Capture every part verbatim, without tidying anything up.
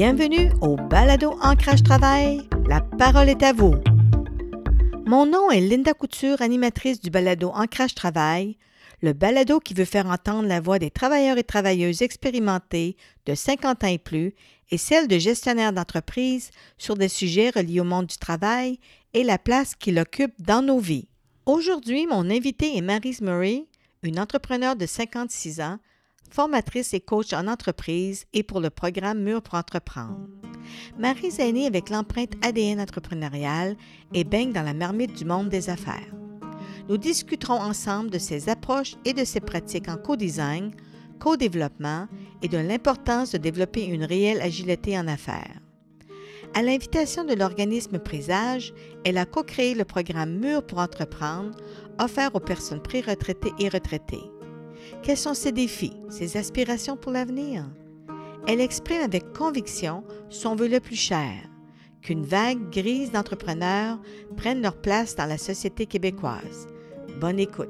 Bienvenue au Balado Ancrage Travail. La parole est à vous. Mon nom est Linda Couture, animatrice du Balado Ancrage Travail, le balado qui veut faire entendre la voix des travailleurs et travailleuses expérimentés de cinquante ans et plus et celle de gestionnaires d'entreprises sur des sujets reliés au monde du travail et la place qu'il occupe dans nos vies. Aujourd'hui, mon invitée est Maryse Murray, une entrepreneure de cinquante-six ans, formatrice et coach en entreprise et pour le programme Mur pour entreprendre. Maryse est née avec l'empreinte A D N entrepreneuriale et baigne dans la marmite du monde des affaires. Nous discuterons ensemble de ses approches et de ses pratiques en co-design, co-développement et de l'importance de développer une réelle agilité en affaires. À l'invitation de l'organisme Présage, elle a co-créé le programme Mur pour entreprendre, offert aux personnes pré-retraitées et retraitées. Quels sont ses défis, ses aspirations pour l'avenir? Elle exprime avec conviction son vœu le plus cher, qu'une vague grise d'entrepreneurs prenne leur place dans la société québécoise. Bonne écoute.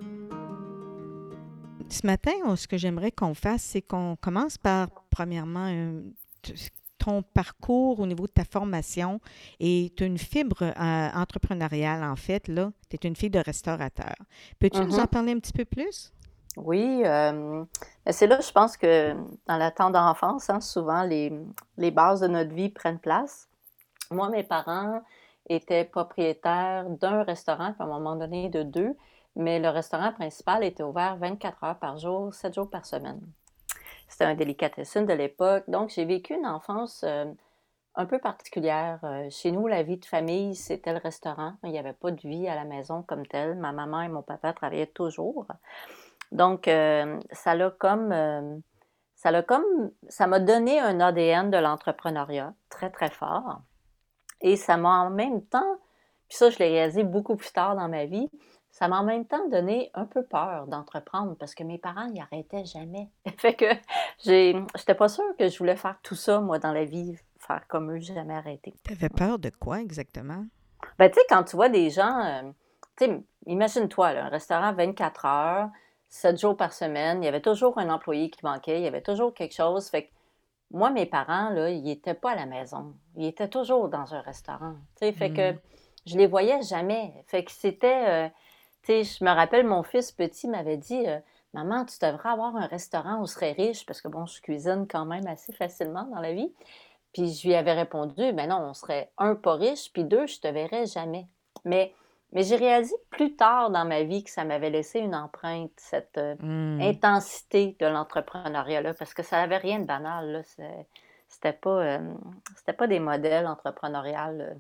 Ce matin, ce que j'aimerais qu'on fasse, c'est qu'on commence par, premièrement, un, ton parcours au niveau de ta formation. Et tu as une fibre euh, entrepreneuriale, en fait, là. Tu es une fille de restaurateur. Peux-tu nous en Mhm. parler un petit peu plus? Oui, euh, ben c'est là, je pense que dans la tendre enfance, hein, souvent les, les bases de notre vie prennent place. Moi, mes parents étaient propriétaires d'un restaurant, puis à un moment donné de deux, mais le restaurant principal était ouvert vingt-quatre heures par jour, sept jours par semaine. C'était un délicatessen de l'époque, donc j'ai vécu une enfance euh, un peu particulière. Euh, Chez nous, la vie de famille, c'était le restaurant. Il n'y avait pas de vie à la maison comme telle. Ma maman et mon papa travaillaient toujours. Donc, euh, ça l'a comme, euh, ça l'a comme, ça m'a donné un A D N de l'entrepreneuriat très, très fort. Et ça m'a en même temps, puis ça, je l'ai réalisé beaucoup plus tard dans ma vie, ça m'a en même temps donné un peu peur d'entreprendre parce que mes parents n'y arrêtaient jamais. Fait que j'ai, j'étais pas sûre que je voulais faire tout ça, moi, dans la vie, faire comme eux, j'ai jamais arrêté. Tu avais peur de quoi exactement? Ben, tu sais, quand tu vois des gens, euh, tu sais, imagine-toi, là, un restaurant vingt-quatre heures, sept jours par semaine, il y avait toujours un employé qui manquait, il y avait toujours quelque chose. Fait que moi, mes parents, là, ils n'étaient pas à la maison. Ils étaient toujours dans un restaurant. Tu sais, fait que Hmm. je les voyais jamais. Fait que c'était, euh, tu sais, je me rappelle, mon fils petit m'avait dit, euh, Maman, tu devrais avoir un restaurant où on serait riche, parce que bon, je cuisine quand même assez facilement dans la vie. Puis je lui avais répondu, ben non, on serait un, pas riche, puis deux, je te verrais jamais. Mais, mais j'ai réalisé plus tard dans ma vie que ça m'avait laissé une empreinte, cette euh, Hmm. intensité de l'entrepreneuriat-là, parce que ça n'avait rien de banal, là. C'est- C'était pas, euh, c'était pas des modèles entrepreneuriales euh,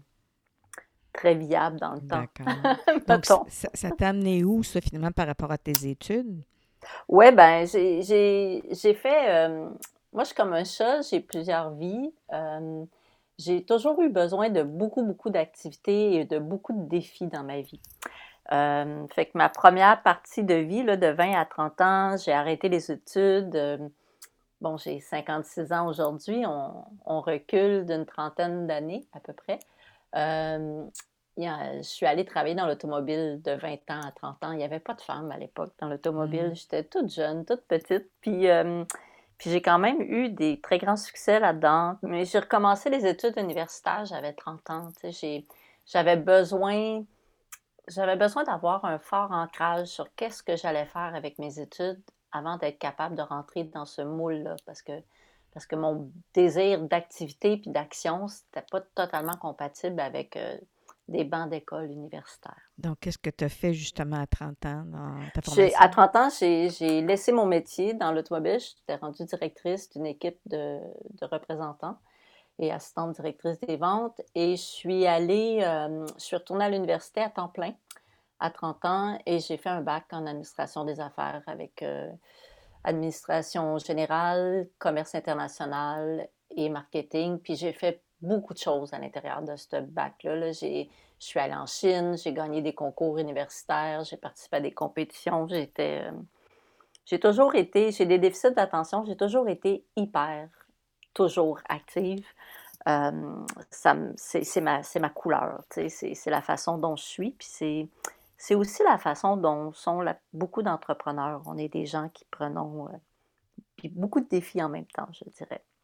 très viables dans le temps, D'accord. Donc, c- mettons. ça, ça t'a amené où, ça, finalement, par rapport à tes études? Ouais, ben, j'ai, j'ai, j'ai fait. Euh, moi, je suis comme un chat, j'ai plusieurs vies. Euh, j'ai toujours eu besoin de beaucoup, beaucoup d'activités et de beaucoup de défis dans ma vie. Euh, fait que ma première partie de vie, là, de vingt à trente ans, j'ai arrêté les études. Euh, bon, j'ai cinquante-six ans aujourd'hui, on, on recule d'une trentaine d'années à peu près. Euh, il y a- je suis allée travailler dans l'automobile de vingt ans à trente ans. Il n'y avait pas de femmes à l'époque dans l'automobile. Hmm. J'étais toute jeune, toute petite. Puis, euh, puis j'ai quand même eu des très grands succès là-dedans. Mais j'ai recommencé les études universitaires, j'avais trente ans. Tu sais, j'ai- j'avais besoin, j'avais besoin d'avoir un fort ancrage sur qu'est-ce que j'allais faire avec mes études avant d'être capable de rentrer dans ce moule-là. Parce que, parce que mon désir d'activité puis d'action, c'était pas totalement compatible avec euh, des bancs d'école universitaire. Donc, qu'est-ce que tu as fait justement à trente ans dans ta J'ai, à formation? trente ans, j'ai, j'ai laissé mon métier dans l'automobile. J'étais rendue directrice d'une équipe de, de représentants et assistante directrice des ventes. Et je suis allée, euh, je suis retournée à l'université à temps plein à trente ans et j'ai fait un bac en administration des affaires avec euh, administration générale, commerce international et marketing. Puis j'ai fait beaucoup de choses à l'intérieur de ce bac-là. Là. J'ai, je suis allée en Chine, j'ai gagné des concours universitaires, j'ai participé à des compétitions. J'étais, euh, j'ai toujours été, j'ai des déficits d'attention, j'ai toujours été hyper, toujours active. Euh, ça, c'est, c'est, ma, c'est ma couleur, c'est, c'est la façon dont je suis, puis c'est, c'est aussi la façon dont sont la, beaucoup d'entrepreneurs. On est des gens qui prenons euh, puis beaucoup de défis en même temps, je dirais.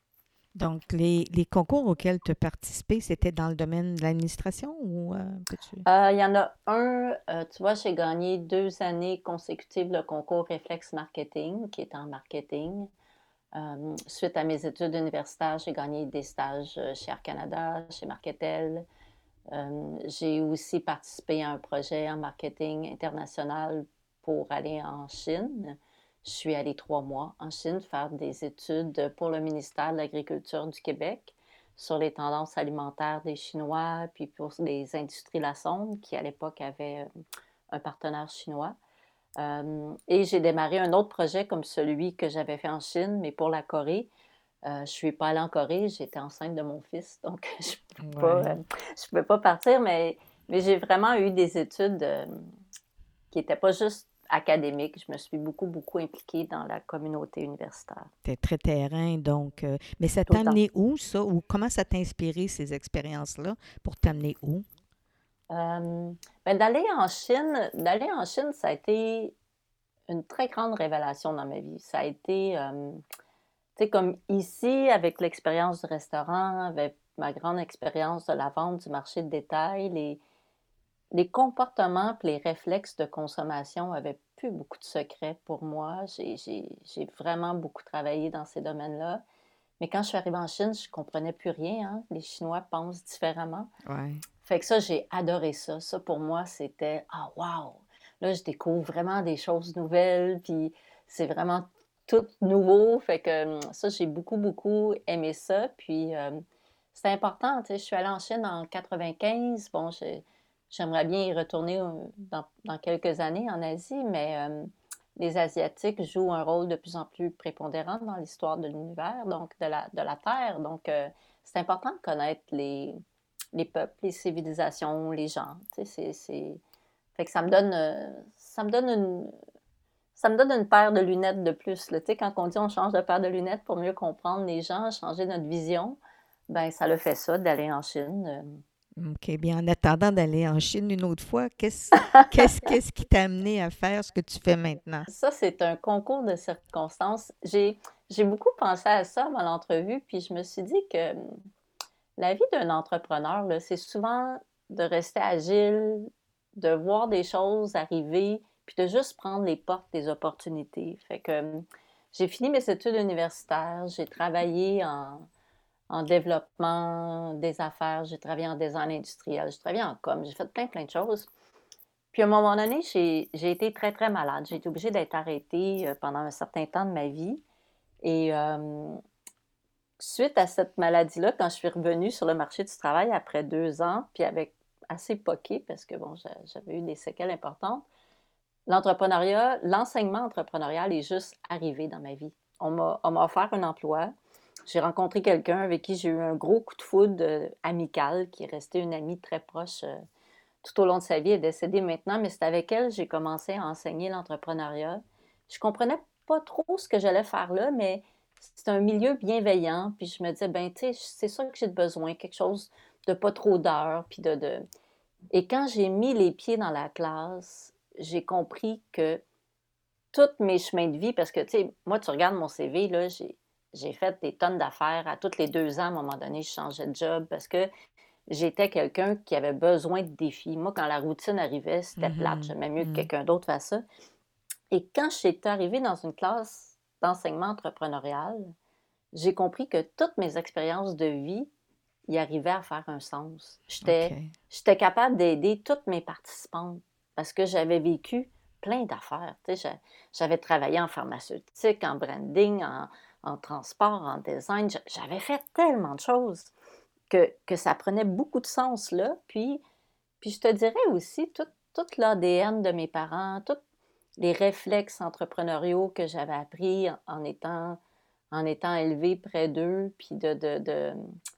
Donc, les, les concours auxquels tu as participé, c'était dans le domaine de l'administration ou euh, peux-tu? Euh, Il y en a un, euh, tu vois, j'ai gagné deux années consécutives le concours Réflexe Marketing, qui est en marketing. Euh, suite à mes études universitaires, j'ai gagné des stages euh, chez Air Canada, chez Marketel. Euh, j'ai aussi participé à un projet en marketing international pour aller en Chine. Je suis allée trois mois en Chine faire des études pour le ministère de l'Agriculture du Québec sur les tendances alimentaires des Chinois, puis pour les industries La Sonde, qui à l'époque avaient euh, un partenaire chinois. Euh, et j'ai démarré un autre projet comme celui que j'avais fait en Chine, mais pour la Corée. Euh, je ne suis pas allée en Corée, j'étais enceinte de mon fils, donc je ne pouvais pas, Ouais. euh, je pouvais pas partir, mais, mais j'ai vraiment eu des études euh, qui n'étaient pas juste académiques. Je me suis beaucoup, beaucoup impliquée dans la communauté universitaire, T'es très terrain, donc. euh, mais ça tout t'a le temps. amené où, ça? Ou comment ça t'a inspiré, ces expériences-là, pour t'amener où? Euh, ben, d'aller en Chine, d'aller en Chine, ça a été une très grande révélation dans ma vie. Ça a été, euh, tu sais, comme ici, avec l'expérience du restaurant, avec ma grande expérience de la vente, du marché de détail, les, les comportements et les réflexes de consommation avaient plus beaucoup de secrets pour moi. J'ai, j'ai, j'ai vraiment beaucoup travaillé dans ces domaines-là. Mais quand je suis arrivée en Chine, je ne comprenais plus rien, hein. Les Chinois pensent différemment. Ouais. Fait que ça, j'ai adoré ça. Ça, pour moi, c'était ah, wow! Là, je découvre vraiment des choses nouvelles, puis c'est vraiment tout nouveau. Fait que hum, ça, j'ai beaucoup, beaucoup aimé ça. Puis euh, c'est important, tu sais. Je suis allée en Chine en quatre-vingt-quinze. Bon, j'ai- j'aimerais bien y retourner euh, dans, dans quelques années en Asie, mais euh, les Asiatiques jouent un rôle de plus en plus prépondérant dans l'histoire de l'univers, donc de la, de la Terre. Donc, euh, c'est important de connaître les les peuples, les civilisations, les gens. Tu sais, c'est, c'est... Fait que ça me donne, euh, ça me donne une, ça me donne une paire de lunettes de plus. Là. Tu sais, quand on dit on change de paire de lunettes pour mieux comprendre les gens, changer notre vision, ben ça le fait ça d'aller en Chine. OK. Bien, en attendant d'aller en Chine une autre fois, qu'est-ce, qu'est-ce, qu'est-ce qui t'a amené à faire ce que tu fais maintenant? Ça, c'est un concours de circonstances. J'ai, j'ai beaucoup pensé à ça dans l'entrevue, puis je me suis dit que hum, la vie d'un entrepreneur, là, c'est souvent de rester agile, de voir des choses arriver, puis de juste prendre les portes des opportunités. Fait que hum, j'ai fini mes études universitaires, j'ai travaillé en, en développement des affaires, j'ai travaillé en design industriel, j'ai travaillé en com, j'ai fait plein, plein de choses. Puis à un moment donné, j'ai, j'ai été très, très malade. J'ai été obligée d'être arrêtée euh, pendant un certain temps de ma vie. Et euh, suite à cette maladie-là, quand je suis revenue sur le marché du travail après deux ans, puis avec assez poqué, parce que bon, j'avais eu des séquelles importantes, l'entrepreneuriat, l'enseignement entrepreneurial est juste arrivé dans ma vie. On m'a, on m'a offert un emploi. J'ai rencontré quelqu'un avec qui j'ai eu un gros coup de foudre euh, amical, qui est resté une amie très proche euh, tout au long de sa vie. Elle est décédée maintenant, mais c'est avec elle que j'ai commencé à enseigner l'entrepreneuriat. Je comprenais pas trop ce que j'allais faire là, mais c'est un milieu bienveillant. Puis je me disais, ben tu sais, c'est ça que j'ai besoin, quelque chose de pas trop d'heures, puis de, de... Et quand j'ai mis les pieds dans la classe, j'ai compris que tous mes chemins de vie, parce que, tu sais, moi, tu regardes mon C V, là, j'ai, j'ai fait des tonnes d'affaires. À tous les deux ans, à un moment donné, je changeais de job parce que j'étais quelqu'un qui avait besoin de défis. Moi, quand la routine arrivait, c'était plate. Mhm. J'aimais mieux que Mhm. quelqu'un d'autre fasse ça. Et quand j'étais arrivée dans une classe d'enseignement entrepreneurial, j'ai compris que toutes mes expériences de vie y arrivaient à faire un sens. J'étais, OK. j'étais capable d'aider toutes mes participantes parce que j'avais vécu plein d'affaires. Tu sais, j'avais travaillé en pharmaceutique, en branding, en, en transport, en design. J'avais fait tellement de choses que, que ça prenait beaucoup de sens là. Puis, puis je te dirais aussi, tout, tout l'A D N de mes parents, tous les réflexes entrepreneuriaux que j'avais appris en, en étant, en étant élevée près d'eux, puis de, de, de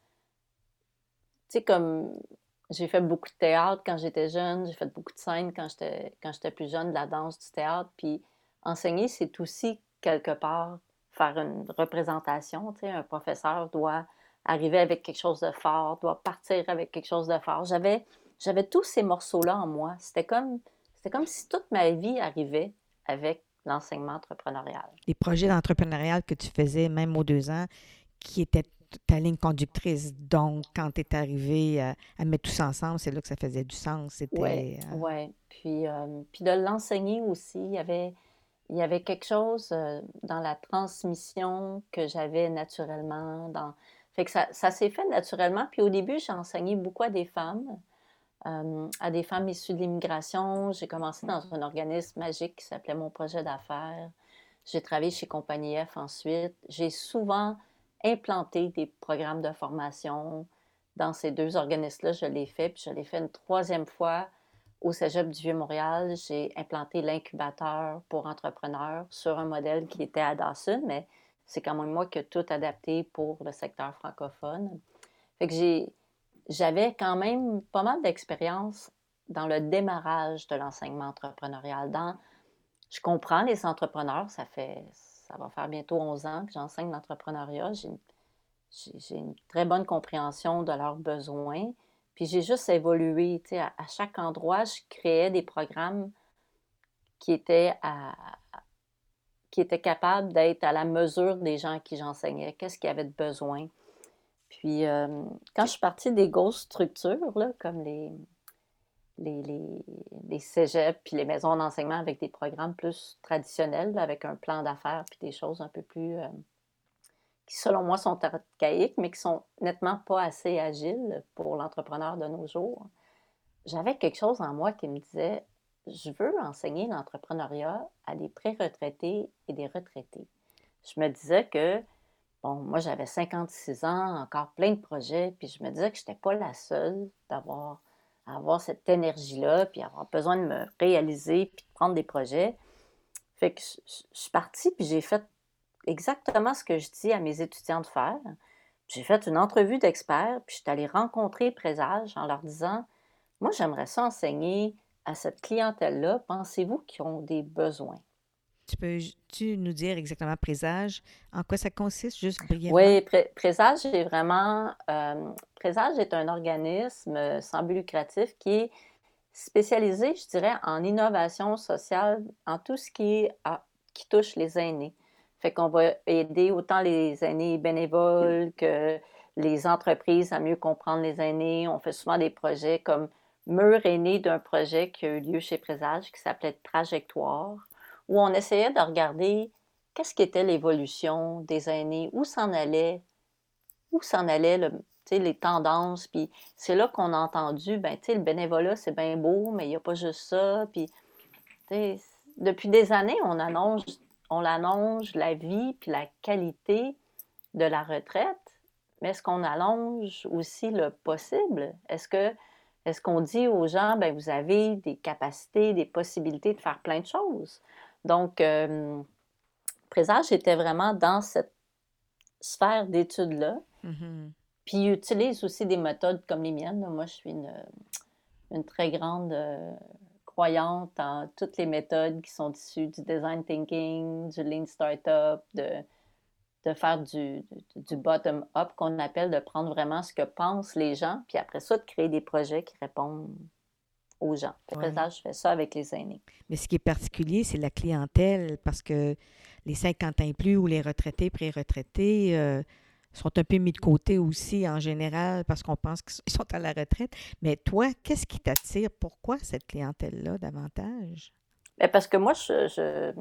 tu sais, comme j'ai fait beaucoup de théâtre quand j'étais jeune, j'ai fait beaucoup de scènes quand j'étais, quand j'étais plus jeune, de la danse, du théâtre. Puis enseigner, c'est aussi quelque part faire une représentation. Tu sais, un professeur doit arriver avec quelque chose de fort, doit partir avec quelque chose de fort. J'avais, j'avais tous ces morceaux-là en moi. C'était comme, c'était comme si toute ma vie arrivait avec l'enseignement entrepreneurial. Les projets d'entrepreneuriat que tu faisais, même aux deux ans, qui étaient ta ligne conductrice. Donc, quand tu es arrivé à, à mettre tout ça ensemble, c'est là que ça faisait du sens. Ouais, C'était... euh, ouais. Puis, euh, puis de l'enseigner aussi, il y avait, il y avait quelque chose euh, dans la transmission que j'avais naturellement. Dans... Fait que ça, ça s'est fait naturellement. Puis au début, j'ai enseigné beaucoup à des femmes, euh, à des femmes issues de l'immigration. J'ai commencé dans un organisme magique qui s'appelait Mon projet d'affaires. J'ai travaillé chez Compagnie F ensuite. J'ai souvent implanté des programmes de formation dans ces deux organismes-là. Je l'ai fait, puis je l'ai fait une troisième fois au Cégep du Vieux-Montréal. J'ai implanté l'incubateur pour entrepreneurs sur un modèle qui était à Dawson, mais c'est quand même moi qui ai tout adapté pour le secteur francophone. Fait que j'ai, j'avais quand même pas mal d'expérience dans le démarrage de l'enseignement entrepreneurial, dans je comprends les entrepreneurs, ça fait, ça va faire bientôt onze ans que j'enseigne l'entrepreneuriat. J'ai, j'ai, j'ai une très bonne compréhension de leurs besoins. Puis j'ai juste évolué, tu sais, à, à chaque endroit, je créais des programmes qui étaient, à, qui étaient capables d'être à la mesure des gens à qui j'enseignais, qu'est-ce qu'il y avait de besoin. Puis euh, quand je suis partie des grosses structures, là, comme les, les, les, les cégeps puis les maisons d'enseignement avec des programmes plus traditionnels, là, avec un plan d'affaires puis des choses un peu plus euh, qui, selon moi, sont archaïques, mais qui sont nettement pas assez agiles pour l'entrepreneur de nos jours. J'avais quelque chose en moi qui me disait, je veux enseigner l'entrepreneuriat à des pré-retraités et des retraités. Je me disais que, bon, moi, j'avais cinquante-six ans, encore plein de projets, puis je me disais que je n'étais pas la seule d'avoir à avoir cette énergie-là, puis avoir besoin de me réaliser, puis de prendre des projets. Fait que je, je, je suis partie, puis j'ai fait exactement ce que je dis à mes étudiants de faire. J'ai fait une entrevue d'experts, puis je suis allée rencontrer Présage en leur disant, moi, j'aimerais ça enseigner à cette clientèle-là. Pensez-vous qu'ils ont des besoins? Tu peux-tu nous dire exactement Présage, en quoi ça consiste, juste brièvement? Oui, Pré- Présage est vraiment... euh, Présage est un organisme sans but lucratif qui est spécialisé, je dirais, en innovation sociale, en tout ce qui, est, à- qui touche les aînés. Fait qu'on va aider autant les aînés bénévoles que les entreprises à mieux comprendre les aînés. On fait souvent des projets comme Mur est né d'un projet qui a eu lieu chez Présage qui s'appelait Trajectoire, où on essayait de regarder qu'est-ce qu'était l'évolution des aînés, où s'en allait, où s'en allait le, les tendances. Puis c'est là qu'on a entendu, ben, tu sais, le bénévolat, c'est bien beau, mais il n'y a pas juste ça. Puis, tu sais, depuis des années, on annonce, on allonge la vie puis la qualité de la retraite, mais est-ce qu'on allonge aussi le possible? Est-ce que est-ce qu'on dit aux gens, ben vous avez des capacités, des possibilités de faire plein de choses? Donc, euh, Présage était vraiment dans cette sphère d'études-là. Mhm. Puis il utilise aussi des méthodes comme les miennes. Moi, je suis une, une très grande euh, croyante en toutes les méthodes qui sont issues du design thinking, du lean startup, de, de faire du, du bottom-up qu'on appelle, de prendre vraiment ce que pensent les gens, puis après ça, de créer des projets qui répondent aux gens. Après Ouais. ça, je fais ça avec les aînés. Mais ce qui est particulier, c'est la clientèle, parce que les cinquante ans et plus ou les retraités, pré-retraités, euh, sont un peu mis de côté aussi en général parce qu'on pense qu'ils sont à la retraite. Mais toi, qu'est-ce qui t'attire? Pourquoi cette clientèle-là davantage? Bien, parce que moi, je, je,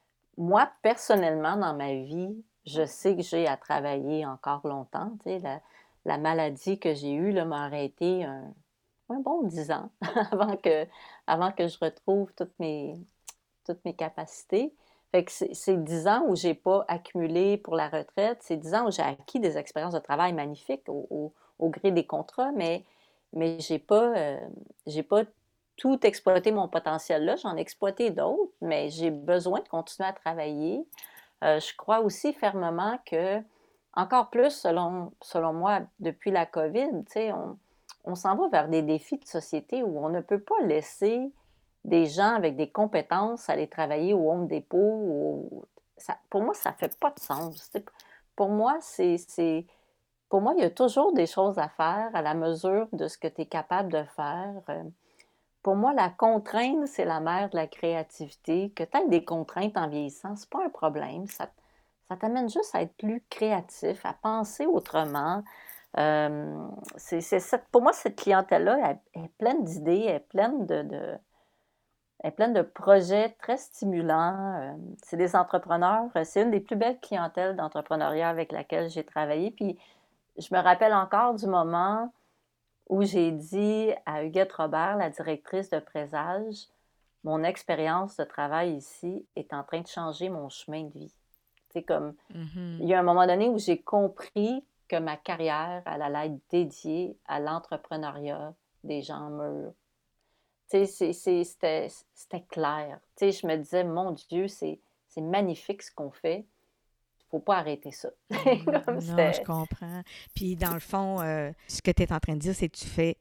moi, personnellement, dans ma vie, je sais que j'ai à travailler encore longtemps. Tu sais, la, la maladie que j'ai eue là, m'a arrêté un, un bon dix ans avant que, avant que je retrouve toutes mes, toutes mes capacités. Fait que c'est, c'est dix ans où j'ai pas accumulé pour la retraite. C'est dix ans où j'ai acquis des expériences de travail magnifiques au, au, au gré des contrats, mais, mais j'ai pas, euh, j'ai pas tout exploité mon potentiel là. J'en ai exploité d'autres, mais j'ai besoin de continuer à travailler. Euh, je crois aussi fermement que, encore plus selon, selon moi, depuis la COVID, tu sais, on, on s'en va vers des défis de société où on ne peut pas laisser des gens avec des compétences aller travailler au Home Depot. Ou... Ça, pour moi, ça ne fait pas de sens. T'sais. Pour moi, c'est, c'est, pour moi, il y a toujours des choses à faire à la mesure de ce que tu es capable de faire. Euh, Pour moi, la contrainte, c'est la mère de la créativité. Que tu aies des contraintes en vieillissant, c'est pas un problème. Ça, ça t'amène juste à être plus créatif, à penser autrement. Euh, c'est, c'est cette- pour moi, cette clientèle-là, elle, elle est pleine d'idées, elle est pleine de, de- elle est pleine de projets très stimulants. Euh, c'est des entrepreneurs. euh, C'est une des plus belles clientèles d'entrepreneuriat avec laquelle j'ai travaillé. Puis je me rappelle encore du moment où j'ai dit à Huguette Robert, la directrice de Présage, mon expérience de travail ici est en train de changer mon chemin de vie. C'est comme, il Mhm. y a un moment donné où j'ai compris que ma carrière, elle allait être dédiée à l'entrepreneuriat des gens mûrs. Tu sais, c'est- c'est- c'était, c'était clair. Tu sais, je me disais, mon Dieu, c'est, c'est magnifique ce qu'on fait. Il ne faut pas arrêter ça. Mhm. Comme Non, je c'était... comprends. Puis dans le fond, euh, ce que tu es en train de dire, c'est que tu fais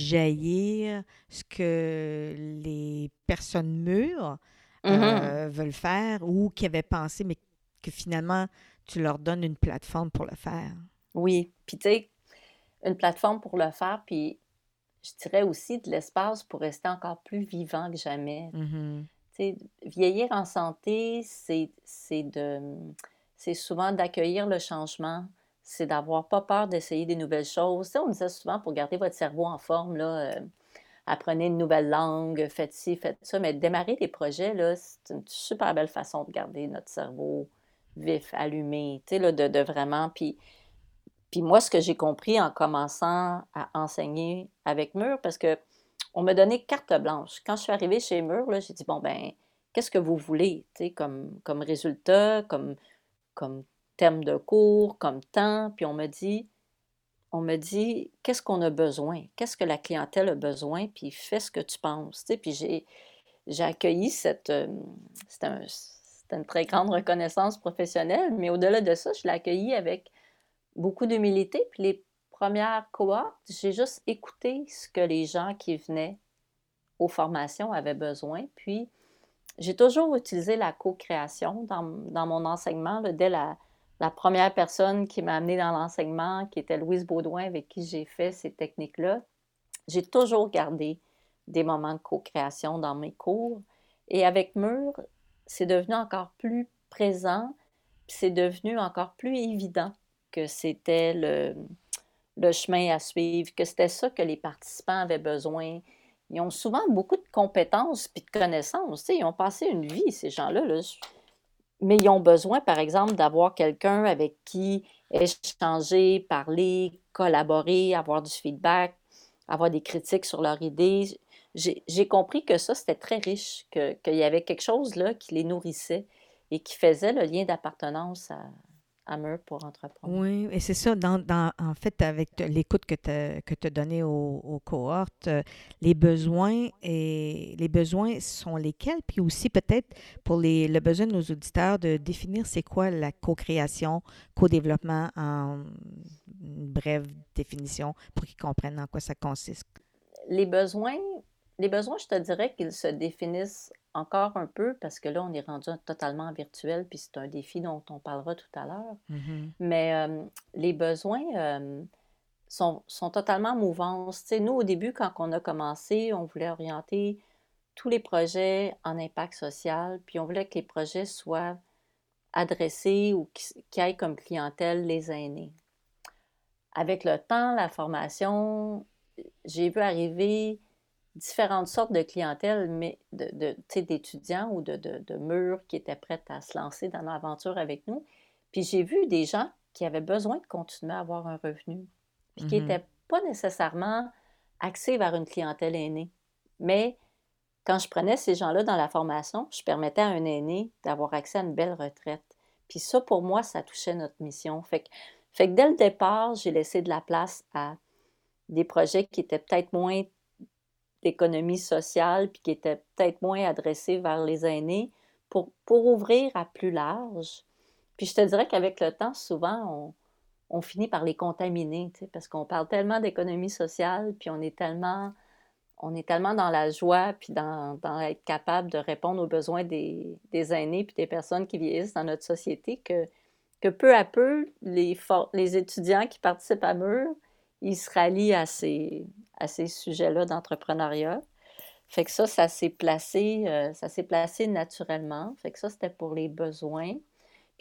jaillir ce que les personnes mûres Mhm. euh, veulent faire ou qui avaient pensé, mais que finalement, tu leur donnes une plateforme pour le faire. Oui. Puis tu sais, une plateforme pour le faire, puis je dirais aussi de l'espace pour rester encore plus vivant que jamais. Mhm. Tu sais, vieillir en santé, c'est, c'est de, c'est souvent d'accueillir le changement, c'est d'avoir pas peur d'essayer des nouvelles choses. Tu sais, on disait souvent pour garder votre cerveau en forme, là, euh, apprenez une nouvelle langue, faites ci, faites ça, mais démarrer des projets, là, c'est une super belle façon de garder notre cerveau vif, allumé, tu sais, là, de, de vraiment, puis puis moi, ce que j'ai compris en commençant à enseigner avec Mur, parce que on m'a donné carte blanche. Quand je suis arrivée chez Mur, là, j'ai dit, bon, ben, qu'est-ce que vous voulez, tu sais, comme, comme résultat, comme, comme thème de cours, comme temps. Puis on me dit, on me dit, qu'est-ce qu'on a besoin? Qu'est-ce que la clientèle a besoin? Puis fais ce que tu penses, tu sais. Puis j'ai, j'ai accueilli cette... euh, c'est un- c'était une très grande reconnaissance professionnelle, mais au-delà de ça, je l'ai accueilli avec beaucoup d'humilité. Puis les premières cohortes, j'ai juste écouté ce que les gens qui venaient aux formations avaient besoin. Puis j'ai toujours utilisé la co-création dans, dans mon enseignement. Là, dès la, la première personne qui m'a amenée dans l'enseignement, qui était Louise Baudouin, avec qui j'ai fait ces techniques-là, j'ai toujours gardé des moments de co-création dans mes cours. Et avec Mur, c'est devenu encore plus présent, puis c'est devenu encore plus évident que c'était le, le chemin à suivre, que c'était ça que les participants avaient besoin. Ils ont souvent beaucoup de compétences puis de connaissances. Tu sais, ils ont passé une vie, ces gens-là, là. Mais ils ont besoin, par exemple, d'avoir quelqu'un avec qui échanger, parler, collaborer, avoir du feedback, avoir des critiques sur leurs idées. J'ai, j'ai compris que ça, c'était très riche, que, qu'il y avait quelque chose là qui les nourrissait et qui faisait le lien d'appartenance à, à Mur pour entreprendre. Oui, et c'est ça, dans, dans- en fait, avec t- l'écoute que tu as, que tu donnée aux, aux cohortes, euh, les besoins et les besoins sont lesquels, puis aussi peut-être pour les, le besoin de nos auditeurs de définir c'est quoi la co-création, co-développement en une brève définition pour qu'ils comprennent en quoi ça consiste. Les besoins, les besoins, je te dirais qu'ils se définissent encore un peu parce que là, on est rendu totalement virtuel, puis c'est un défi dont on parlera tout à l'heure. Mhm. Mais euh, les besoins euh, sont, sont totalement en mouvance. Tu sais, nous, au début, quand on a commencé, on voulait orienter tous les projets en impact social, puis on voulait que les projets soient adressés ou qui, qui aient comme clientèle les aînés. Avec le temps, la formation, j'ai vu arriver différentes sortes de clientèle, mais de, de, tu sais, d'étudiants ou de, de, de mûrs qui étaient prêts à se lancer dans l'aventure avec nous. Puis j'ai vu des gens qui avaient besoin de continuer à avoir un revenu, puis qui Mhm. n'étaient pas nécessairement axés vers une clientèle aînée. Mais quand je prenais ces gens-là dans la formation, je permettais à un aîné d'avoir accès à une belle retraite. Puis ça, pour moi, ça touchait notre mission. Fait que, fait que dès le départ, j'ai laissé de la place à des projets qui étaient peut-être moins d'économie sociale, puis qui étaient peut-être moins adressés vers les aînés, pour, pour ouvrir à plus large. Puis je te dirais qu'avec le temps, souvent, on, on finit par les contaminer, tu sais, parce qu'on parle tellement d'économie sociale, puis on est tellement, on est tellement dans la joie, puis dans, dans être capable de répondre aux besoins des, des aînés, puis des personnes qui vieillissent dans notre société, que, que peu à peu, les, for- les étudiants qui participent à Mur, ils se rallient à ces, à ces sujets-là d'entrepreneuriat. Fait que ça, ça s'est placé, euh, ça s'est placé naturellement. Fait que ça, c'était pour les besoins. Puis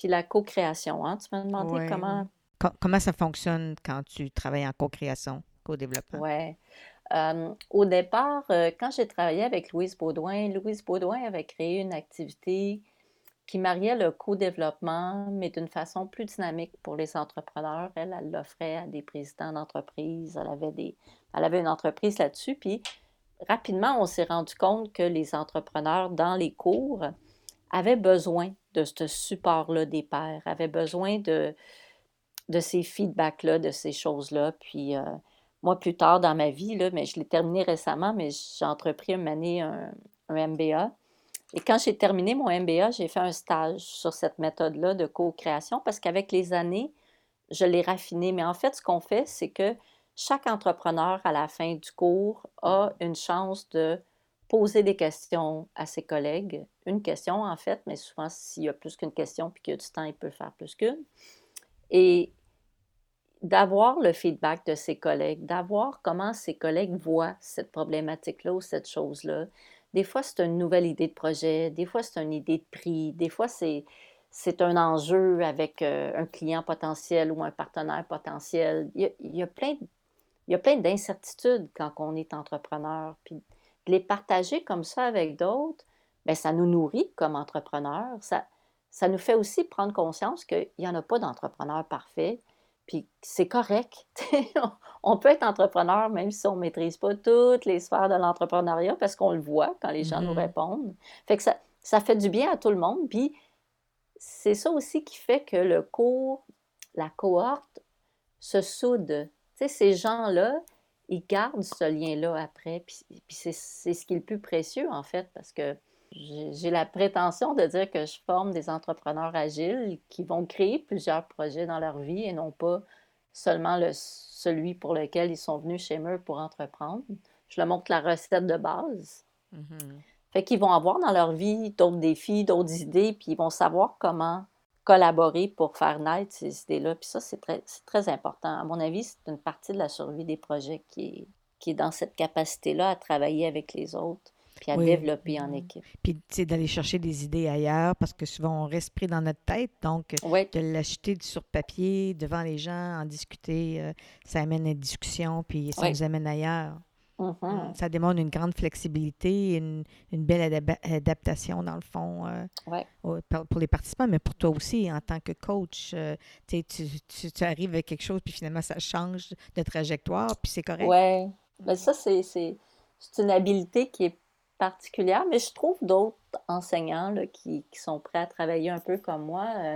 Puis la co-création, hein? Tu m'as demandé Oui, comment... oui. Co- comment ça fonctionne quand tu travailles en co-création, co-développement? Ouais. Euh, au départ, euh, quand j'ai travaillé avec Louise Baudouin, Louise Baudouin avait créé une activité qui mariait le co-développement, mais d'une façon plus dynamique pour les entrepreneurs. Elle, elle l'offrait à des présidents d'entreprise. Elle avait des, elle avait une entreprise là-dessus. Puis rapidement, on s'est rendu compte que les entrepreneurs dans les cours avaient besoin de ce support-là des pairs, avaient besoin de, de ces feedbacks-là, de ces choses-là. Puis euh, moi, plus tard dans ma vie, là, mais je l'ai terminé récemment, mais j'ai entrepris une année un, un M B A. Et quand j'ai terminé mon M B A, j'ai fait un stage sur cette méthode-là de co-création parce qu'avec les années, je l'ai raffiné. Mais en fait, ce qu'on fait, c'est que chaque entrepreneur, à la fin du cours, a une chance de poser des questions à ses collègues. Une question, en fait, mais souvent, s'il y a plus qu'une question puis qu'il y a du temps, il peut faire plus qu'une. Et d'avoir le feedback de ses collègues, d'avoir comment ses collègues voient cette problématique-là ou cette chose-là. Des fois, c'est une nouvelle idée de projet, des fois, c'est une idée de prix, des fois, c'est, c'est un enjeu avec euh, un client potentiel ou un partenaire potentiel. Il y a, il y a plein, il y a plein d'incertitudes quand on est entrepreneur. Puis de les partager comme ça avec d'autres, bien, ça nous nourrit comme entrepreneurs. Ça, ça nous fait aussi prendre conscience qu'il n'y en a pas d'entrepreneur parfait. Puis c'est correct. On peut être entrepreneur même si on ne maîtrise pas toutes les sphères de l'entrepreneuriat parce qu'on le voit quand les gens nous Mhm. répondent. Fait que ça, ça fait du bien à tout le monde. Puis c'est ça aussi qui fait que le cours, la cohorte, se soude. Tu sais, ces gens-là, ils gardent ce lien-là après. Puis, puis c'est, c'est ce qui est le plus précieux, en fait, parce que j'ai, j'ai la prétention de dire que je forme des entrepreneurs agiles qui vont créer plusieurs projets dans leur vie et non pas seulement le, celui pour lequel ils sont venus chez Meur pour entreprendre. Je leur montre la recette de base. Mhm. Fait qu'ils vont avoir dans leur vie d'autres défis, d'autres idées, puis ils vont savoir comment collaborer pour faire naître ces idées-là. Puis ça, c'est très, c'est très important. À mon avis, c'est une partie de la survie des projets qui est, qui est dans cette capacité-là à travailler avec les autres, puis à Oui. développer en Mhm. équipe. Puis, tu sais, d'aller chercher des idées ailleurs parce que souvent on reste pris dans notre tête. Donc, Oui. de l'acheter sur papier devant les gens, en discuter, euh, ça amène une discussion puis ça Oui. nous amène ailleurs. Hum, Mhm. Ça démontre une grande flexibilité, une, une belle adab- adaptation dans le fond euh, Oui. au- pour pour les participants, mais pour toi aussi en tant que coach. euh, tu, sais, tu, tu- tu arrives avec quelque chose puis finalement ça change de trajectoire puis c'est correct. Ouais. Ben ça, c'est, c'est, c'est une habileté qui est particulière, mais je trouve d'autres enseignants là, qui, qui sont prêts à travailler un peu comme moi. euh,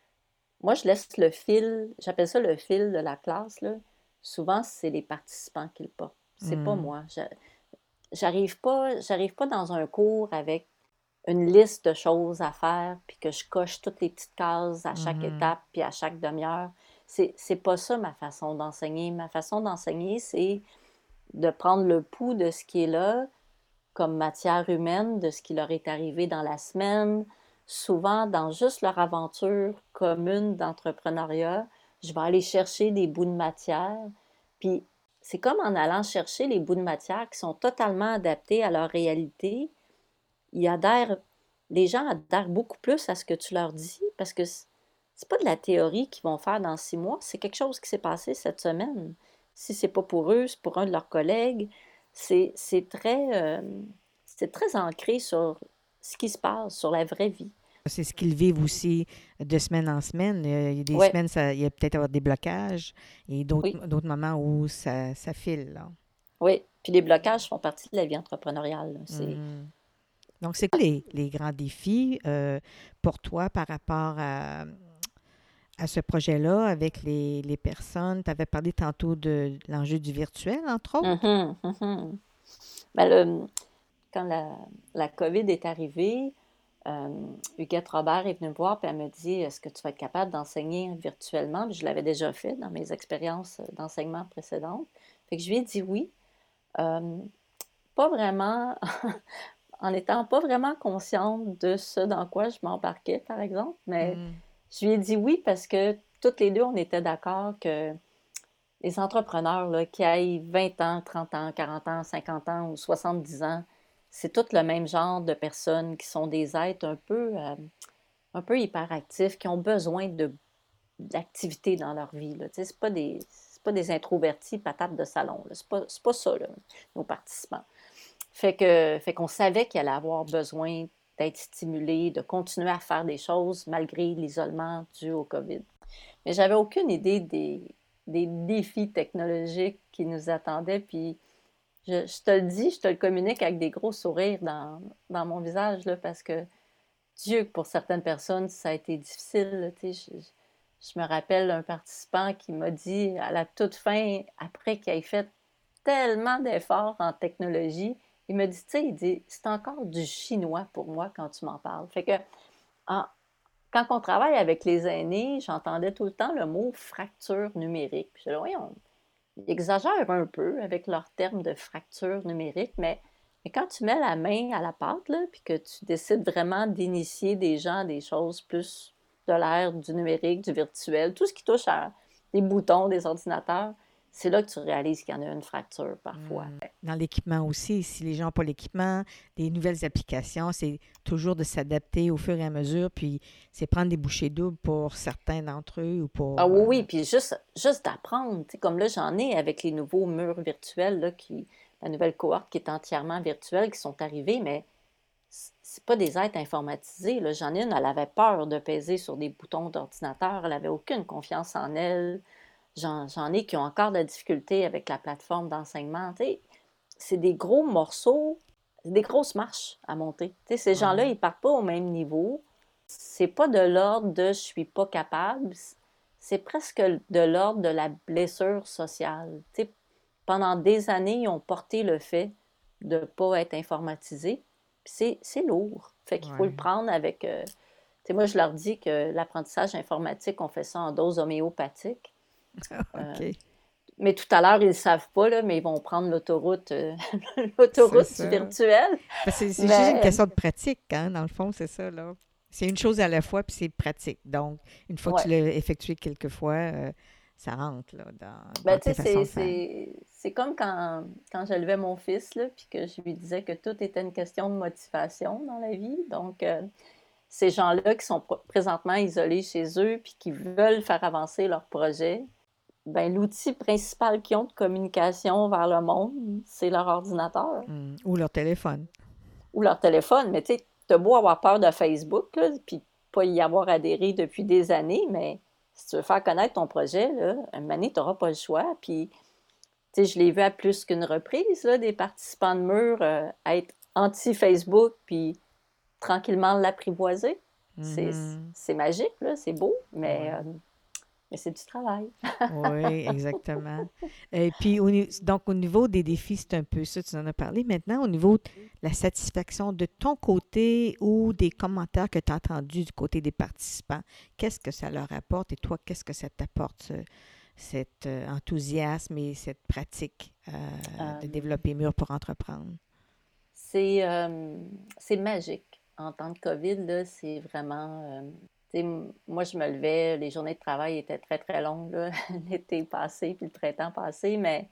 Moi, je laisse le fil, j'appelle ça le fil de la classe, là. Souvent, c'est les participants qui le portent. C'est pas Hum, moi. Je- J'arrive pas, j'arrive pas dans un cours avec une liste de choses à faire, puis que je coche toutes les petites cases à chaque mhm, étape, puis à chaque demi-heure. C'est, c'est pas ça ma façon d'enseigner. Ma façon d'enseigner, c'est de prendre le pouls de ce qui est là, comme matière humaine, de ce qui leur est arrivé dans la semaine, souvent dans juste leur aventure commune d'entrepreneuriat. Je vais aller chercher des bouts de matière, puis c'est comme en allant chercher les bouts de matière qui sont totalement adaptés à leur réalité. Ils adhèrent, les gens adhèrent beaucoup plus à ce que tu leur dis parce que c'est pas de la théorie qu'ils vont faire dans six mois, c'est quelque chose qui s'est passé cette semaine. Si c'est pas pour eux, c'est pour un de leurs collègues. C'est, c'est très, euh, c'est très ancré sur ce qui se passe, sur la vraie vie. C'est ce qu'ils vivent aussi de semaine en semaine. Euh, Il y a des Oui, semaines, ça, il y a peut-être avoir des blocages et d'autres, oui, d'autres moments où ça, ça file, là. oui. Puis les blocages font partie de la vie entrepreneuriale, là. C'est, Mhm. Donc, c'est quoi les, les grands défis euh, pour toi par rapport à, à ce projet-là avec les, les personnes? Tu avais parlé tantôt de l'enjeu du virtuel, entre autres. Mhm, mhm. Ben, le- quand la, la COVID est arrivée, euh, Huguette Robert est venue me voir et elle me dit: Est-ce que tu vas être capable d'enseigner virtuellement? Puis je l'avais déjà fait dans mes expériences d'enseignement précédentes. Fait que je lui ai dit oui. Euh, Pas vraiment, en étant pas vraiment consciente de ce dans quoi je m'embarquais, par exemple, mais Mm. je lui ai dit oui parce que toutes les deux, on était d'accord que les entrepreneurs là, qui aient vingt ans, trente ans, quarante ans, cinquante ans ou soixante-dix ans, c'est tout le même genre de personnes qui sont des êtres un peu, euh, un peu hyperactifs, qui ont besoin de, d'activité dans leur vie. Là. Tu sais, c'est pas des, c'est pas des introvertis patates de salon. Là. C'est pas, c'est pas ça, là, nos participants. Fait que, fait qu'on savait qu'il allait avoir besoin d'être stimulé, de continuer à faire des choses malgré l'isolement dû au COVID. Mais j'avais aucune idée des, des défis technologiques qui nous attendaient. Puis je, je te le dis, je te le communique avec des gros sourires dans, dans mon visage, là, parce que Dieu, pour certaines personnes, ça a été difficile. Là, tu sais, je, je me rappelle d'un participant qui m'a dit à la toute fin, après qu'il ait fait tellement d'efforts en technologie, il me dit, tu sais, il dit, c'est encore du chinois pour moi quand tu m'en parles. Fait que, en, quand on travaille avec les aînés, j'entendais tout le temps le mot fracture numérique. Puis je disais, oui, on, ils exagèrent un peu avec leur terme de fracture numérique, mais, mais quand tu mets la main à la pâte, là, puis que tu décides vraiment d'initier des gens à des choses plus de l'ère du numérique, du virtuel, tout ce qui touche à des boutons, des ordinateurs, c'est là que tu réalises qu'il y en a une fracture parfois. Hmm. Dans l'équipement aussi, si les gens n'ont pas l'équipement, des nouvelles applications, c'est toujours de s'adapter au fur et à mesure, puis c'est prendre des bouchées doubles pour certains d'entre eux ou Ah pour... oui, euh, oui, puis juste, juste d'apprendre. Tu sais, comme là, j'en ai avec les nouveaux murs virtuels, là, qui, la nouvelle cohorte qui est entièrement virtuelle, qui sont arrivés, mais c'est pas des êtres informatisés. Là. J'en ai une, elle avait peur de peser sur des boutons d'ordinateur, elle avait aucune confiance en elle. J'en, j'en ai qui ont encore de la difficulté avec la plateforme d'enseignement. Tu sais, c'est des gros morceaux, des grosses marches à monter. Tu sais, ces gens-là, ouais. ils partent pas au même niveau. C'est pas de l'ordre de je suis pas capable, c'est presque de l'ordre de la blessure sociale. Tu sais, pendant des années, ils ont porté le fait de ne pas être informatisés. Puis c'est, c'est lourd. Fait qu'il faut le Ouais. prendre avec. Euh, tu sais, moi, je leur dis que l'apprentissage informatique, on fait ça en dose homéopathique. Euh, OK. mais tout à l'heure, ils ne savent pas, là, mais ils vont prendre l'autoroute, euh, C'est l'autoroute du ça. virtuel. Parce que c'est c'est juste une Mais, question de pratique, hein, dans le fond, c'est ça, là. C'est une chose à la fois, puis c'est pratique. Donc, une fois que tu ouais. l'as effectué quelques fois, euh, ça rentre, là, dans, Ben, dans tu sais, tes façons c'est, de faire. c'est, c'est comme quand, quand j'élevais mon fils, là, puis que je lui disais que tout était une question de motivation dans la vie. Donc, euh, ces gens-là qui sont pr- présentement isolés chez eux, puis qui veulent faire avancer leur projet, ben, l'outil principal qu'ils ont de communication vers le monde, c'est leur ordinateur Hmm. Ou leur téléphone. ou leur téléphone. Mais tu sais, t'as beau avoir peur de Facebook, là, puis pas y avoir adhéré depuis des années, mais si tu veux faire connaître ton projet, là, un moment donné, tu n'auras pas le choix. Puis, tu sais, je l'ai vu à plus qu'une reprise, là, des participants de mur euh, être anti-Facebook, puis tranquillement l'apprivoiser. C'est, Mhm. c'est magique, là, c'est beau, mais, Ouais. euh, mais c'est du travail. Oui, exactement. Et puis, au ni- donc, au niveau des défis, c'est un peu ça, tu en as parlé. Maintenant, au niveau de la satisfaction de ton côté ou des commentaires que tu as entendus du côté des participants, qu'est-ce que ça leur apporte et toi, qu'est-ce que ça t'apporte, ce- cet euh, enthousiasme et cette pratique euh, de Euh, développer mûr pour entreprendre? c'est, euh, c'est magique. En temps de COVID, là, c'est vraiment... euh, tu sais, moi, je me levais, les journées de travail étaient très, très longues, là, l'été passé, puis le printemps passé, mais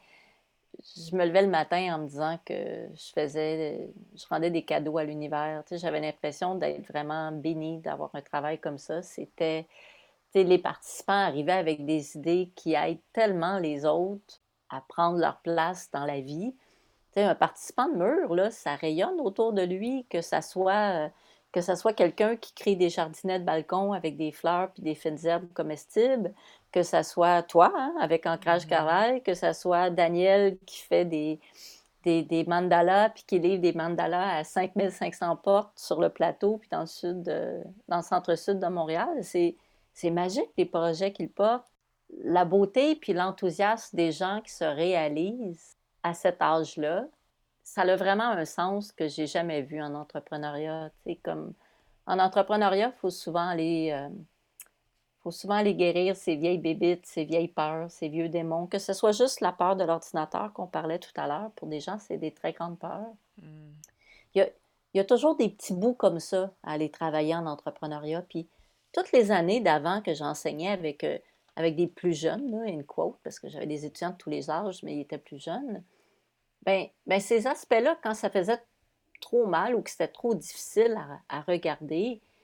je me levais le matin en me disant que je faisais, je rendais des cadeaux à l'univers. Tu sais, j'avais l'impression d'être vraiment bénie d'avoir un travail comme ça. C'était, tu sais, les participants arrivaient avec des idées qui aident tellement les autres à prendre leur place dans la vie. Tu sais, un participant de mur, là, ça rayonne autour de lui, que ça soit, euh, que ça soit quelqu'un qui crée des jardinets de balcon avec des fleurs puis des fines herbes comestibles, que ça soit toi, hein, avec Ancrage Mhm. Carrel, que ça soit Daniel qui fait des, des, des mandalas puis qui livre des mandalas à cinq mille cinq cents portes sur le plateau puis dans le sud, de- dans le centre-sud de Montréal. C'est, c'est magique, les projets qu'il porte. La beauté puis l'enthousiasme des gens qui se réalisent à cet âge-là, ça a vraiment un sens que j'ai jamais vu en entrepreneuriat. Tu sais, comme en entrepreneuriat, il faut souvent aller, euh, faut souvent aller guérir ces vieilles bébites, ces vieilles peurs, ces vieux démons, que ce soit juste la peur de l'ordinateur qu'on parlait tout à l'heure. Pour des gens, c'est des très grandes peurs. Mm. Il y a, il y a toujours des petits bouts comme ça à aller travailler en entrepreneuriat. Puis toutes les années d'avant que j'enseignais avec, euh, avec des plus jeunes, là, une quote, parce que j'avais des étudiants de tous les âges, mais ils étaient plus jeunes, ben, ben ces aspects-là, quand ça faisait trop mal ou que c'était trop difficile à, à regarder,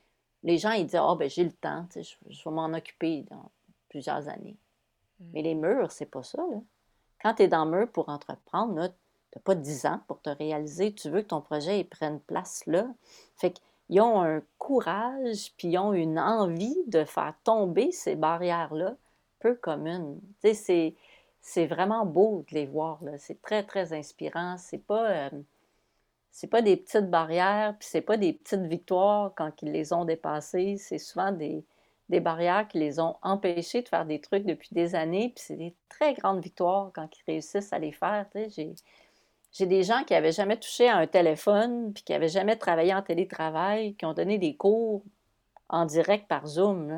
les gens, ils disent, ah, ben j'ai le temps, tu sais, je, je vais m'en occuper dans plusieurs années. Mais les murs, c'est pas ça, là. Quand tu es dans le mur pour entreprendre, là, tu n'as pas dix ans pour te réaliser. Tu veux que ton projet il prenne place là. Fait qu'ils ont un courage, puis ils ont une envie de faire tomber ces barrières-là, peu communes. Tu sais, c'est, c'est vraiment beau de les voir, là. C'est très, très inspirant. C'est pas, euh, c'est pas des petites barrières, puis c'est pas des petites victoires quand ils les ont dépassées. C'est souvent des, des barrières qui les ont empêchés de faire des trucs depuis des années, puis c'est des très grandes victoires quand ils réussissent à les faire. Tu sais, j'ai, j'ai des gens qui n'avaient jamais touché à un téléphone, puis qui n'avaient jamais travaillé en télétravail, qui ont donné des cours en direct par Zoom, là.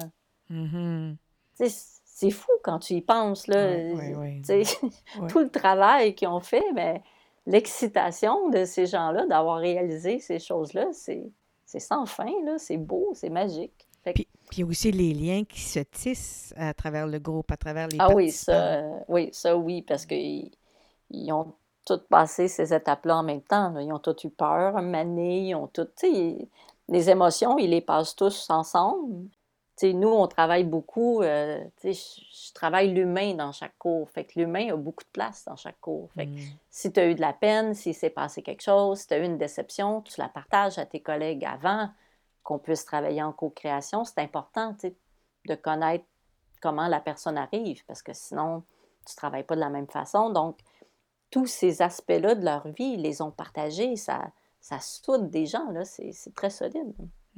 Mhm. Tu sais, c'est fou quand tu y penses, là. Oui, oui, oui. Tu sais, Ouais. tout le travail qu'ils ont fait, mais l'excitation de ces gens-là d'avoir réalisé ces choses-là, c'est, c'est sans fin, là. C'est beau, c'est magique. Fait que- Puis, puis aussi les liens qui se tissent à travers le groupe, à travers les ah oui, ça, participants. euh, oui, ça oui, parce qu'ils ils ont tous passé ces étapes-là en même temps, là. Ils ont tous eu peur, un moment donné, ils ont tous, tu sais, ils- les émotions, ils les passent tous ensemble. Tu sais, nous, on travaille beaucoup, euh, tu sais, je, je travaille l'humain dans chaque cours. Fait que l'humain a beaucoup de place dans chaque cours. Fait que Mm. si tu as eu de la peine, s'il s'est passé quelque chose, si tu as eu une déception, tu la partages à tes collègues avant qu'on puisse travailler en co-création. C'est important, tu sais, de connaître comment la personne arrive, parce que sinon, tu ne travailles pas de la même façon. Donc, tous ces aspects-là de leur vie, ils les ont partagés. Ça, ça soude des gens, là. C'est, c'est très solide.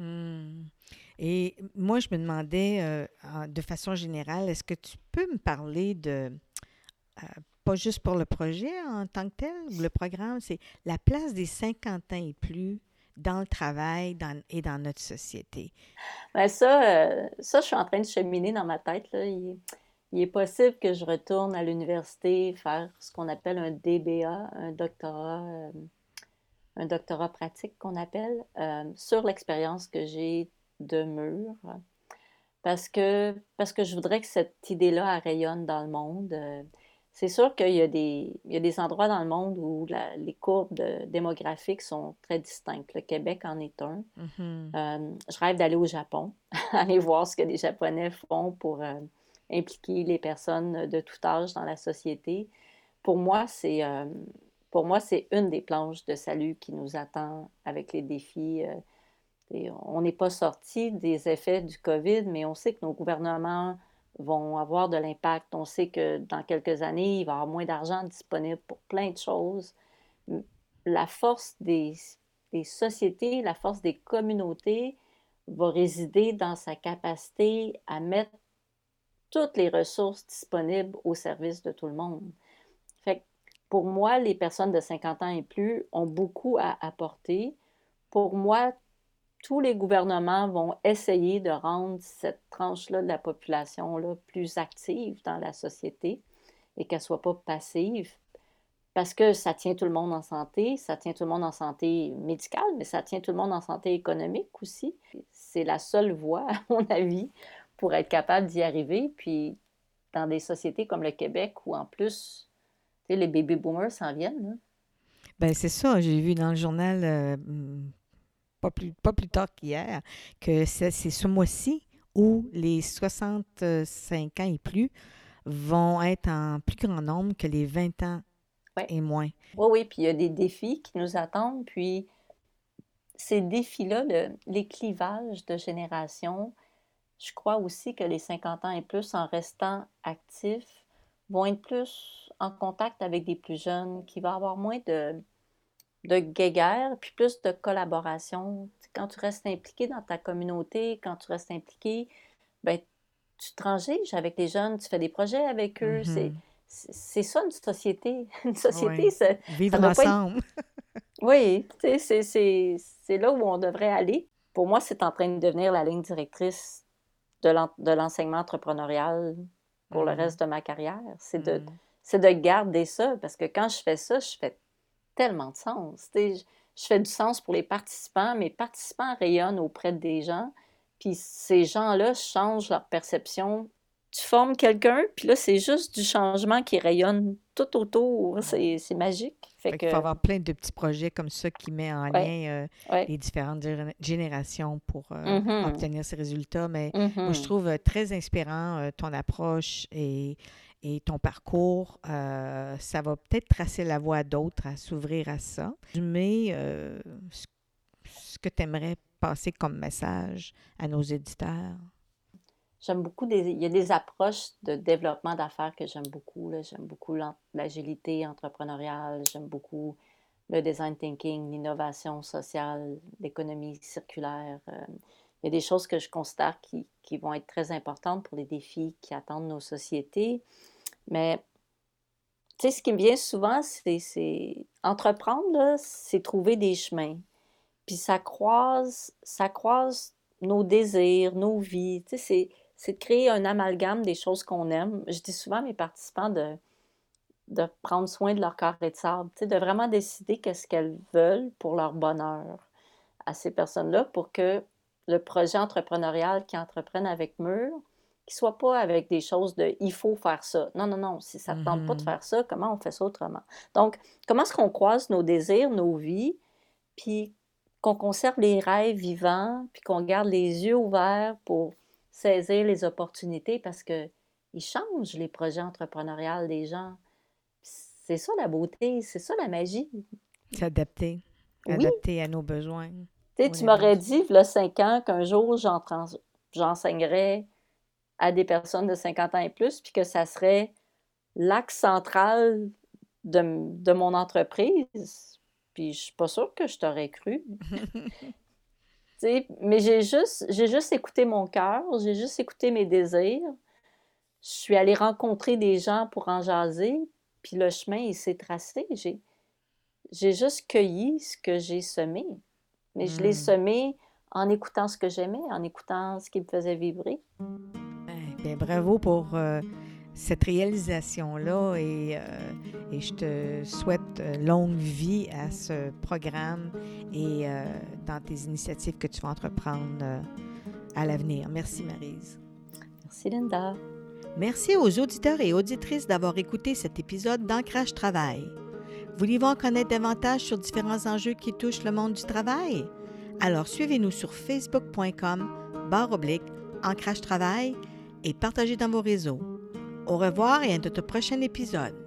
Mm. Et moi, je me demandais, euh, en- de façon générale, est-ce que tu peux me parler de, euh, pas juste pour le projet en tant que tel, ou le programme, c'est la place des cinquante ans et plus dans le travail dans- et dans notre société. Ben ça, euh, ça, je suis en train de cheminer dans ma tête, là. Il, est il est possible que je retourne à l'université faire ce qu'on appelle un D B A, un doctorat, euh, un doctorat pratique qu'on appelle, euh, sur l'expérience que j'ai de mur. Parce que, parce que je voudrais que cette idée-là, elle rayonne dans le monde. Euh, C'est sûr qu'il y a des, il y a des endroits dans le monde où la- les courbes de- démographiques sont très distinctes. Le Québec en est un. Mhm. Euh, je rêve d'aller au Japon, aller voir ce que les Japonais font pour euh, impliquer les personnes de tout âge dans la société. Pour moi, c'est euh, pour moi, c'est une des planches de salut qui nous attend avec les défis. euh, et on n'est pas sorti des effets du COVID, mais on sait que nos gouvernements vont avoir de l'impact. On sait que dans quelques années, il va y avoir moins d'argent disponible pour plein de choses. La force des, des sociétés, la force des communautés va résider dans sa capacité à mettre toutes les ressources disponibles au service de tout le monde. Fait que pour moi, les personnes de cinquante ans et plus ont beaucoup à apporter. Pour moi, tous les gouvernements vont essayer de rendre cette tranche-là de la population-là plus active dans la société et qu'elle ne soit pas passive, parce que ça tient tout le monde en santé, ça tient tout le monde en santé médicale, mais ça tient tout le monde en santé économique aussi. C'est la seule voie, à mon avis, pour être capable d'y arriver. Puis dans des sociétés comme le Québec, où en plus, tu sais, les baby boomers s'en viennent, là. Ben c'est ça, j'ai vu dans le journal, euh, mm, pas plus, pas plus tard qu'hier, que c'est c'est ce mois-ci où les soixante-cinq ans et plus vont être en plus grand nombre que les vingt ans Ouais. et moins. Oui, oui, puis il y a des défis qui nous attendent, puis ces défis-là, le- les clivages de génération, je crois aussi que les cinquante ans et plus, en restant actifs, vont être plus en contact avec des plus jeunes, qui va avoir moins de, de guéguerre, puis plus de collaboration. Quand tu restes impliqué dans ta communauté, quand tu restes impliqué, ben, tu te transiges avec les jeunes, tu fais des projets avec eux. C'est, Mhm. c'est c'est ça une société. Une société, Oui. ça, ça Vivre doit pas être... ensemble. Oui, tu sais, c'est, c'est, c'est là où on devrait aller. Pour moi, c'est en train de devenir la ligne directrice de, l'en- de l'enseignement entrepreneurial pour le Mm, reste de ma carrière. C'est de, mm. c'est de garder ça, parce que quand je fais ça, je fais tellement de sens. Tu sais, je, je fais du sens pour les participants. Mes participants rayonnent auprès des gens, puis ces gens-là changent leur perception tu formes quelqu'un, puis là, c'est juste du changement qui rayonne tout autour. C'est, c'est magique. Fait Fait qu'il faut que, avoir plein de petits projets comme ça qui met en ouais, lien euh, ouais. les différentes géné- générations pour euh, Mhm, obtenir ces résultats. Mais moi, je mhm. trouve euh, très inspirant euh, ton approche et, et ton parcours. Euh, ça va peut-être tracer la voie à d'autres à s'ouvrir à ça. Mais euh, ce, ce que tu aimerais passer comme message à nos éditeurs. J'aime beaucoup des, il y a des approches de développement d'affaires que j'aime beaucoup, là. J'aime beaucoup l'en- l'agilité entrepreneuriale, j'aime beaucoup le design thinking, l'innovation sociale, l'économie circulaire. Euh, il y a des choses que je considère qui, qui vont être très importantes pour les défis qui attendent nos sociétés. Mais, tu sais, ce qui me vient souvent, c'est, c'est entreprendre, là, c'est trouver des chemins. Puis ça croise, ça croise nos désirs, nos vies. Tu sais, c'est, c'est de créer un amalgame des choses qu'on aime. Je dis souvent à mes participants de, de prendre soin de leur carré de sable, tu sais, de vraiment décider qu'est-ce qu'elles veulent pour leur bonheur à ces personnes-là pour que le projet entrepreneurial qu'ils entreprennent avec Mur, qu'il ne soit pas avec des choses de « il faut faire ça ». Non, non, non, si ça ne te tente pas de Mhm. faire ça, comment on fait ça autrement? Donc, comment est-ce qu'on croise nos désirs, nos vies, puis qu'on conserve les rêves vivants, puis qu'on garde les yeux ouverts pour saisir les opportunités parce que ils changent les projets entrepreneuriaux des gens. C'est ça la beauté, c'est ça la magie. S'adapter. Oui, Adapter à nos besoins. tu sais, Au tu niveau m'aurais du... dit, il y a cinq ans, qu'un jour, j'entrans- j'enseignerais à des personnes de cinquante ans et plus, puis que ça serait l'axe central de, m- de mon entreprise. Puis je suis pas sûre que je t'aurais cru. Tu sais, mais j'ai juste, j'ai juste écouté mon cœur, j'ai juste écouté mes désirs. Je suis allée rencontrer des gens pour en jaser, puis le chemin, il s'est tracé. J'ai, j'ai juste cueilli ce que j'ai semé. Mais je l'ai Hmm. semé en écoutant ce que j'aimais, en écoutant ce qui me faisait vibrer. Eh bien, bravo pour euh, cette réalisation-là et, euh, et je te souhaite euh, longue vie à ce programme et euh, dans tes initiatives que tu vas entreprendre euh, à l'avenir. Merci, Maryse. Merci, Linda. Merci aux auditeurs et auditrices d'avoir écouté cet épisode d'Ancrage Travail. Voulez-vous en connaître davantage sur différents enjeux qui touchent le monde du travail? Alors suivez-nous sur facebook point com barre oblique Ancrage Travail et partagez dans vos réseaux. Au revoir et à notre prochain épisode.